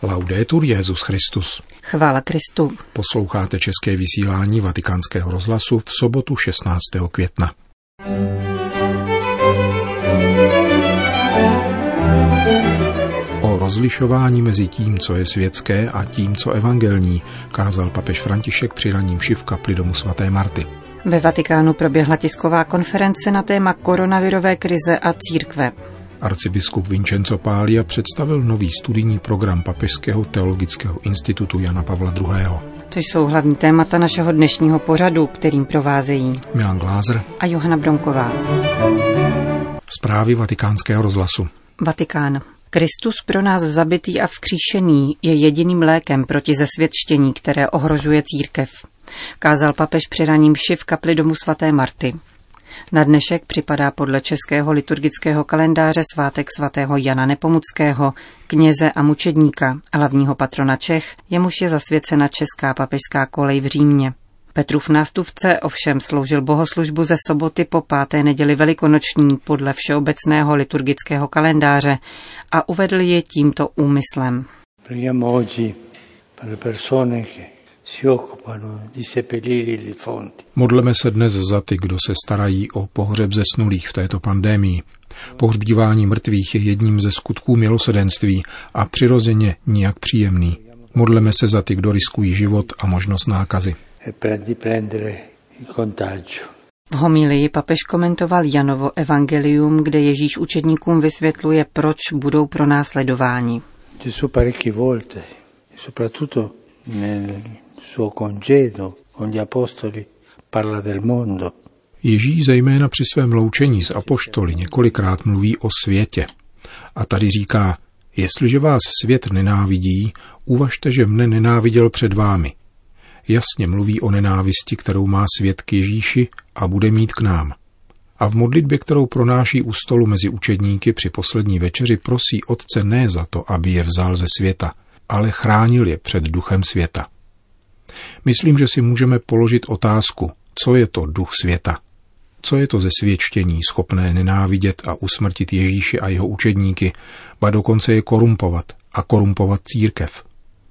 Laudetur Jesus Christus. Chvála Kristu. Posloucháte české vysílání Vatikánského rozhlasu v sobotu 16. května. O rozlišování mezi tím, co je světské, a tím, co evangelní, kázal papež František při ranní mši v kapli domu svaté Marty. Ve Vatikánu proběhla tisková konference na téma koronavirové krize a církve. Arcibiskup Vincenzo Paglia představil nový studijní program Papežského teologického institutu Jana Pavla II. To jsou hlavní témata našeho dnešního pořadu, kterým provázejí Milan Glázer a Johana Bronková. Zprávy Vatikánského rozhlasu. Vatikán. Kristus pro nás zabitý a vzkříšený je jediným lékem proti zesvětštění, které ohrožuje církev, kázal papež při ranní mši v kapli domu svaté Marty. Na dnešek připadá podle českého liturgického kalendáře svátek svatého Jana Nepomuckého, kněze a mučedníka, hlavního patrona Čech, jemuž je zasvěcena česká papežská kolej v Římě. Petrův nástupce ovšem sloužil bohoslužbu ze soboty po 5. neděli velikonoční podle všeobecného liturgického kalendáře a uvedl ji tímto úmyslem. Modleme se dnes za ty, kdo se starají o pohřeb zesnulých v této pandémii. Pohřbívání mrtvých je jedním ze skutků milosrdenství a přirozeně nijak příjemný. Modleme se za ty, kdo riskují život a možnost nákazy. V homílii papež komentoval Janovo evangelium, kde Ježíš učedníkům vysvětluje, proč budou pronásledováni. Ježíš zejména při svém loučení s apoštoly několikrát mluví o světě. A tady říká, jestliže vás svět nenávidí, uvažte, že mne nenáviděl před vámi. Jasně mluví o nenávisti, kterou má svět k Ježíši a bude mít k nám. A v modlitbě, kterou pronáší u stolu mezi učedníky při poslední večeři, prosí Otce ne za to, aby je vzal ze světa, ale chránil je před duchem světa. Myslím, že si můžeme položit otázku, co je to duch světa? Co je to zesvědčení schopné nenávidět a usmrtit Ježíše a jeho učedníky, ba dokonce je korumpovat církev?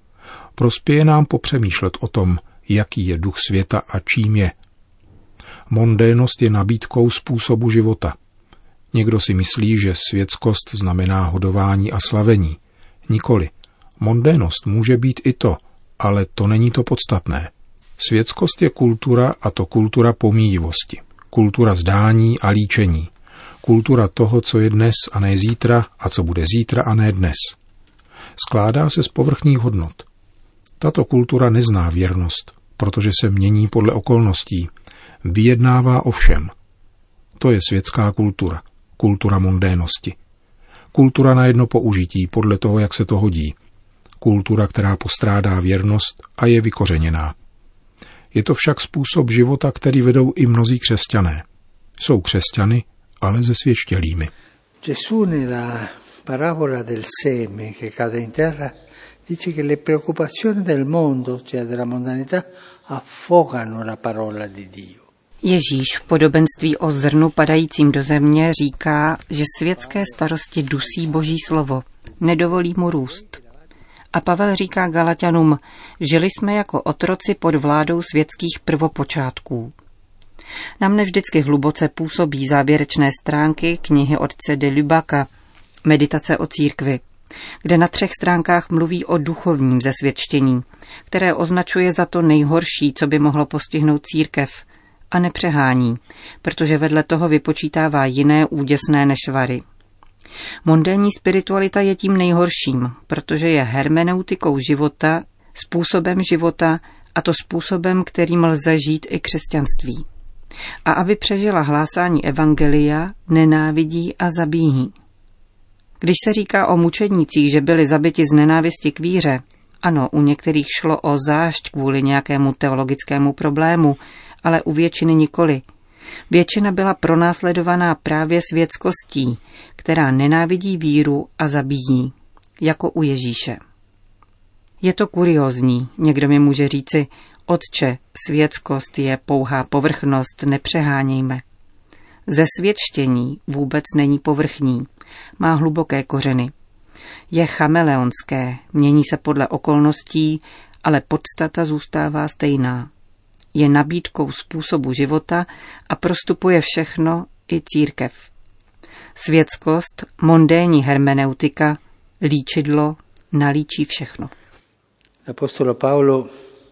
Prospěje nám popřemýšlet o tom, jaký je duch světa a čím je. Mondénost je nabídkou způsobu života. Někdo si myslí, že světskost znamená hodování a slavení. Nikoli. Mondénost může být i to, ale to není to podstatné. Světskost je kultura, a to kultura pomíjivosti. Kultura zdání a líčení. Kultura toho, co je dnes a ne zítra, a co bude zítra a ne dnes. Skládá se z povrchních hodnot. Tato kultura nezná věrnost, protože se mění podle okolností. Vyjednává o všem. To je světská kultura. Kultura mondénosti. Kultura na jedno použití podle toho, jak se to hodí. Kultura, která postrádá věrnost a je vykořeněná. Je to však způsob života, který vedou i mnozí křesťané. Jsou křesťany, ale zesvědčtělými. Gesù nella parabola del seme che cade in terra dice che le preoccupazioni del mondo, cioè della mondanità, affogano la parola di Dio. Ježíš v podobenství o zrnu padajícím do země říká, že světské starosti dusí Boží slovo, nedovolí mu růst. A Pavel říká Galaťanům, žili jsme jako otroci pod vládou světských prvopočátků. Nám nevždycky hluboce působí závěrečné stránky knihy otce de Lubaka, Meditace o církvi, kde na 3 stránkách mluví o duchovním zesvědčení, které označuje za to nejhorší, co by mohlo postihnout církev, a nepřehání, protože vedle toho vypočítává jiné úděsné nešvary. Mondénní spiritualita je tím nejhorším, protože je hermeneutikou života, způsobem života, a to způsobem, kterým lze žít i křesťanství. A aby přežila hlásání evangelia, nenávidí a zabíjí. Když se říká o mučednících, že byli zabiti z nenávisti k víře, ano, u některých šlo o zášť kvůli nějakému teologickému problému, ale u většiny nikoli. Většina byla pronásledovaná právě světskostí, která nenávidí víru a zabíjí, jako u Ježíše. Je to kuriózní, někdo mi může říci, Otče, světskost je pouhá povrchnost, nepřehánějme. Zesvědčení vůbec není povrchní, má hluboké kořeny. je chameleonské, mění se podle okolností, ale podstata zůstává stejná. Je nabídkou způsobu života a prostupuje všechno, i církev. Světskost, mondénní hermeneutika, líčidlo, nalíčí všechno. L'apostolo Paolo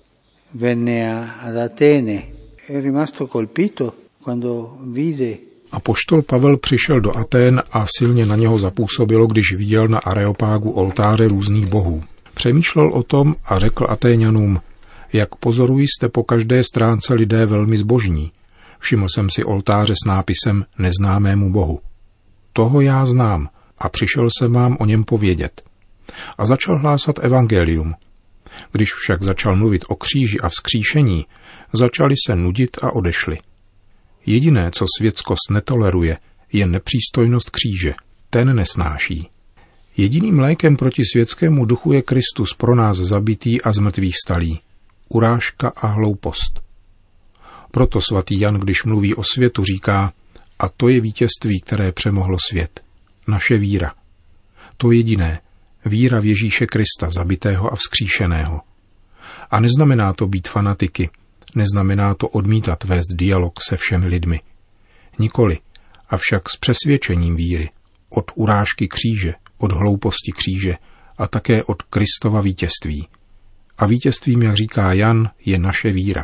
venne ad Atene, è rimasto colpito quando vide. Apoštol Pavel přišel do Atén a silně na něho zapůsobilo, když viděl na areopágu oltáře různých bohů. Přemýšlel o tom a řekl Atéňanům: jak pozoruji, jste po každé stránce lidé velmi zbožní. Všiml jsem si oltáře s nápisem Neznámému bohu. Toho já znám a přišel jsem vám o něm povědět. A začal hlásat evangelium. Když však začal mluvit o kříži a vzkříšení, začali se nudit a odešli. Jediné, co světskost netoleruje, je nepřístojnost kříže. Ten nesnáší. Jediným lékem proti světskému duchu je Kristus pro nás zabitý a zmrtvých vstalý. Urážka a hloupost. Proto svatý Jan, když mluví o světu, říká: a to je vítězství, které přemohlo svět. Naše víra. To jediné. Víra v Ježíše Krista, zabitého a vzkříšeného. A neznamená to být fanatiky. Neznamená to odmítat vést dialog se všemi lidmi. Nikoli, avšak s přesvědčením víry. Od urážky kříže, od hlouposti kříže a také od Kristova vítězství. A vítězstvím, jak říká Jan, je naše víra.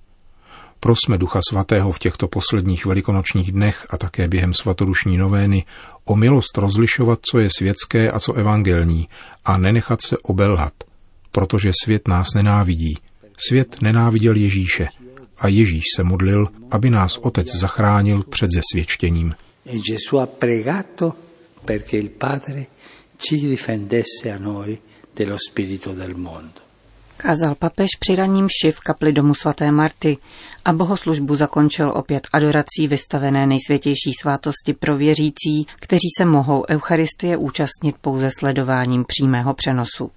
Prosme Ducha Svatého v těchto posledních velikonočních dnech a také během svatodušní novény o milost rozlišovat, co je světské a co evangelní, a nenechat se obelhat, protože svět nás nenávidí. Svět nenáviděl Ježíše a Ježíš se modlil, aby nás Otec zachránil před zesvědčením. E Gesù ha pregato perché il Padre ci difendesse a noi dello spirito del mondo. Kázal papež při ranní mši v kapli domu svaté Marty a bohoslužbu zakončil opět adorací vystavené nejsvětější svátosti pro věřící, kteří se mohou eucharistie účastnit pouze sledováním přímého přenosu.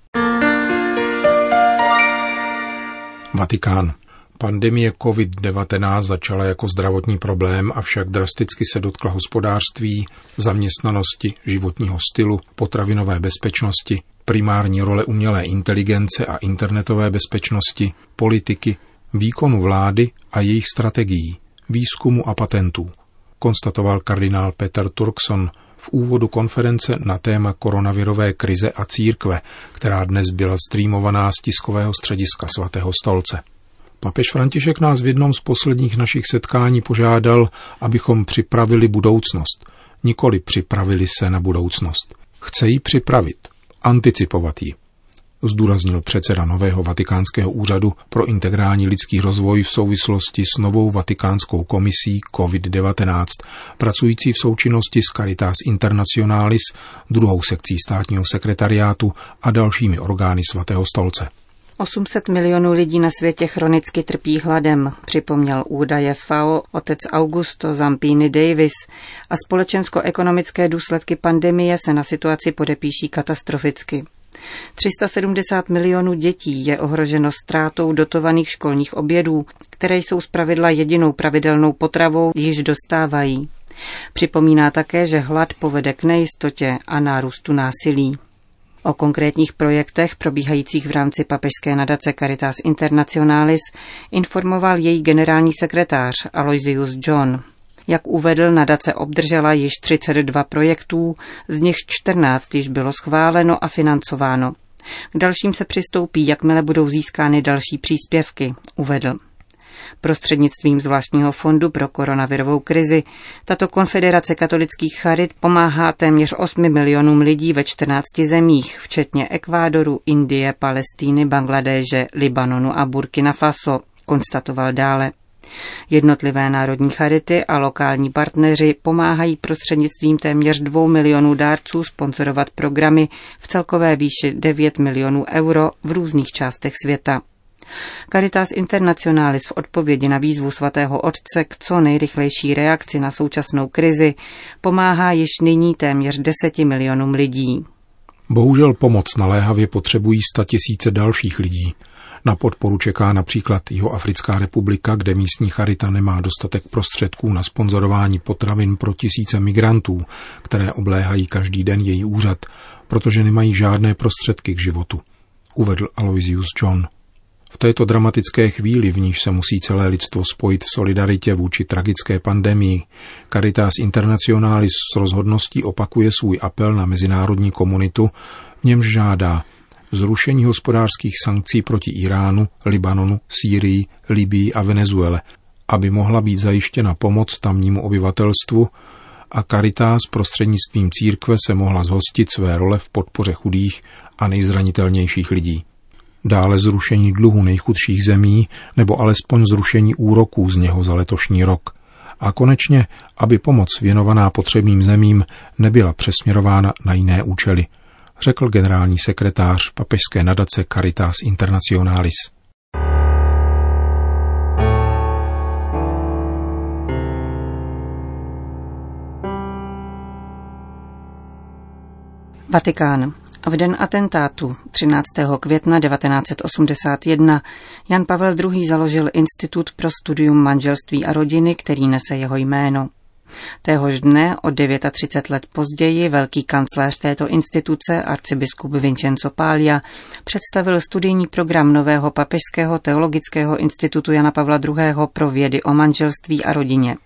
Vatikán. Pandemie COVID-19 začala jako zdravotní problém, avšak drasticky se dotkla hospodářství, zaměstnanosti, životního stylu, potravinové bezpečnosti, primární role umělé inteligence a internetové bezpečnosti, politiky, výkonu vlády a jejich strategií, výzkumu a patentů, konstatoval kardinál Peter Turkson v úvodu konference na téma koronavirové krize a církve, která dnes byla streamovaná z tiskového střediska Svatého stolce. Papež František nás v jednom z posledních našich setkání požádal, abychom připravili budoucnost, nikoli připravili se na budoucnost. Chce ji připravit, anticipovat ji, zdůraznil předseda nového vatikánského úřadu pro integrální lidský rozvoj v souvislosti s novou vatikánskou komisí COVID-19, pracující v součinnosti s Caritas Internationalis, druhou sekcí státního sekretariátu a dalšími orgány Svatého stolce. 800 milionů lidí na světě chronicky trpí hladem, připomněl údaje FAO otec Augusto Zampini Davis, a společensko-ekonomické důsledky pandemie se na situaci podepíší katastroficky. 370 milionů dětí je ohroženo ztrátou dotovaných školních obědů, které jsou zpravidla jedinou pravidelnou potravou, již dostávají. Připomíná také, že hlad povede k nejistotě a nárůstu násilí. O konkrétních projektech probíhajících v rámci papežské nadace Caritas Internationalis informoval její generální sekretář Aloysius John. Jak uvedl, nadace obdržela již 32 projektů, z nich 14 již bylo schváleno a financováno. K dalším se přistoupí, jakmile budou získány další příspěvky, uvedl. Prostřednictvím zvláštního fondu pro koronavirovou krizi tato konfederace katolických charit pomáhá téměř 8 milionům lidí ve 14 zemích, včetně Ekvádoru, Indie, Palestíny, Bangladéše, Libanonu a Burkina Faso, konstatoval dále. Jednotlivé národní charity a lokální partneři pomáhají prostřednictvím téměř 2 milionů dárců sponzorovat programy v celkové výši 9 milionů euro v různých částech světa. Caritas Internationalis v odpovědi na výzvu svatého otce k co nejrychlejší reakci na současnou krizi pomáhá již nyní téměř 10 milionům lidí. Bohužel pomoc naléhavě potřebují 100 000 dalších lidí. Na podporu čeká například Jihoafrická republika, kde místní charita nemá dostatek prostředků na sponzorování potravin pro tisíce migrantů, které obléhají každý den její úřad, protože nemají žádné prostředky k životu, uvedl Aloysius John. V této dramatické chvíli, v níž se musí celé lidstvo spojit v solidaritě vůči tragické pandemii, Caritas Internationalis s rozhodností opakuje svůj apel na mezinárodní komunitu, v němž žádá zrušení hospodářských sankcí proti Iránu, Libanonu, Sýrii, Libyi a Venezuele, aby mohla být zajištěna pomoc tamnímu obyvatelstvu a Caritas prostřednictvím církve se mohla zhostit své role v podpoře chudých a nejzranitelnějších lidí. Dále zrušení dluhu nejchudších zemí nebo alespoň zrušení úroků z něho za letošní rok. A konečně, aby pomoc věnovaná potřebným zemím nebyla přesměrována na jiné účely, řekl generální sekretář papežské nadace Caritas Internationalis. Vatikán. V den atentátu 13. května 1981 Jan Pavel II. Založil Institut pro studium manželství a rodiny, který nese jeho jméno. Téhož dne, o 39 let později, velký kancléř této instituce, arcibiskup Vincenzo Paglia, představil studijní program nového papežského teologického institutu Jana Pavla II. Pro vědy o manželství a rodině.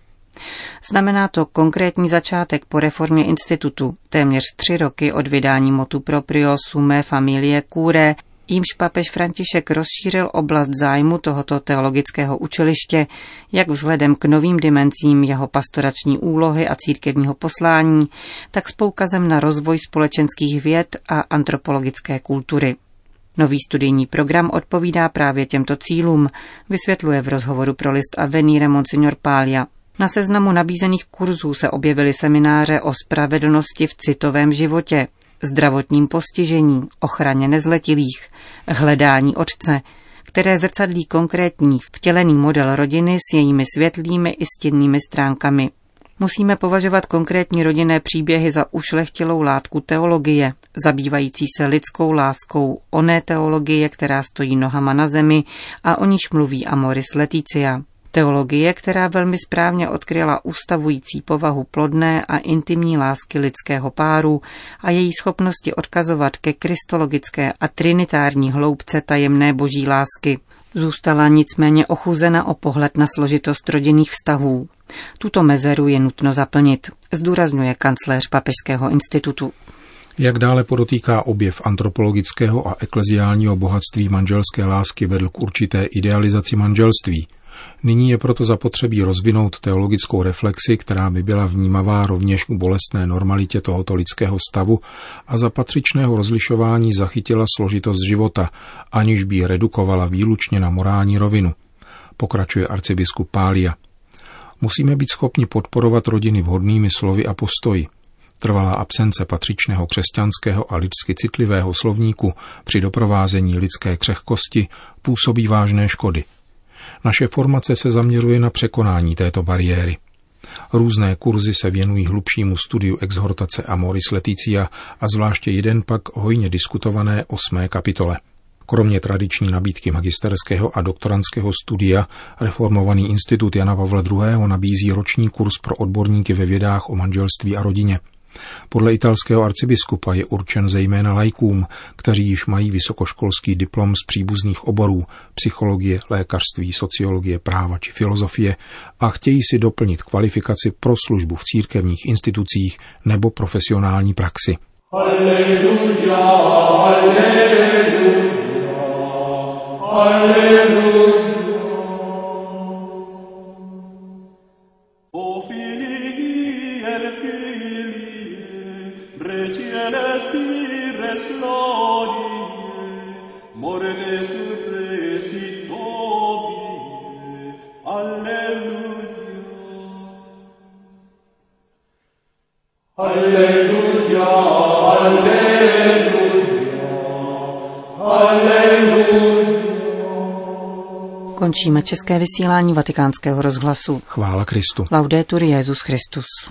Znamená to konkrétní začátek po reformě institutu, téměř 3 roky od vydání motu proprio Summe Familiae Curae, jímž papež František rozšířil oblast zájmu tohoto teologického učiliště, jak vzhledem k novým dimenzím jeho pastorační úlohy a církevního poslání, tak s poukazem na rozvoj společenských věd a antropologické kultury. Nový studijní program odpovídá právě těmto cílům, vysvětluje v rozhovoru pro list Avvenire Monsignor Paglia. Na seznamu nabízených kurzů se objevily semináře o spravedlnosti v citovém životě, zdravotním postižení, ochraně nezletilých, hledání otce, které zrcadlí konkrétní vtělený model rodiny s jejími světlými i stinnými stránkami. Musíme považovat konkrétní rodinné příběhy za ušlechtilou látku teologie, zabývající se lidskou láskou, oné teologie, která stojí nohama na zemi a o níž mluví Amoris Laetitia. Teologie, která velmi správně odkryla ustavující povahu plodné a intimní lásky lidského páru a její schopnosti odkazovat ke kristologické a trinitární hloubce tajemné boží lásky. Zůstala nicméně ochuzena o pohled na složitost rodinných vztahů. Tuto mezeru je nutno zaplnit, zdůrazňuje kancléř Papežského institutu. Jak dále podotýká, objev antropologického a ekleziálního bohatství manželské lásky vedl k určité idealizaci manželství. Nyní je proto zapotřebí rozvinout teologickou reflexi, která by byla vnímavá rovněž k bolestné normalitě tohoto lidského stavu a za patřičného rozlišování zachytila složitost života, aniž by ji redukovala výlučně na morální rovinu, pokračuje arcibiskup Paglia. Musíme být schopni podporovat rodiny vhodnými slovy a postoji. Trvalá absence patřičného křesťanského a lidsky citlivého slovníku při doprovázení lidské křehkosti působí vážné škody. Naše formace se zaměřuje na překonání této bariéry. Různé kurzy se věnují hlubšímu studiu exhortace Amoris Laetitia a zvláště jeden pak hojně diskutované 8. kapitole. Kromě tradiční nabídky magisterského a doktorandského studia reformovaný institut Jana Pavla II. Nabízí roční kurz pro odborníky ve vědách o manželství a rodině. Podle italského arcibiskupa je určen zejména laikům, kteří již mají vysokoškolský diplom z příbuzných oborů psychologie, lékařství, sociologie, práva či filozofie a chtějí si doplnit kvalifikaci pro službu v církevních institucích nebo profesionální praxi. Alleluja, alleluja, alleluja. Končíme české vysílání Vatikánského rozhlasu. Chvála Kristu. Laudetur Jesus Christus.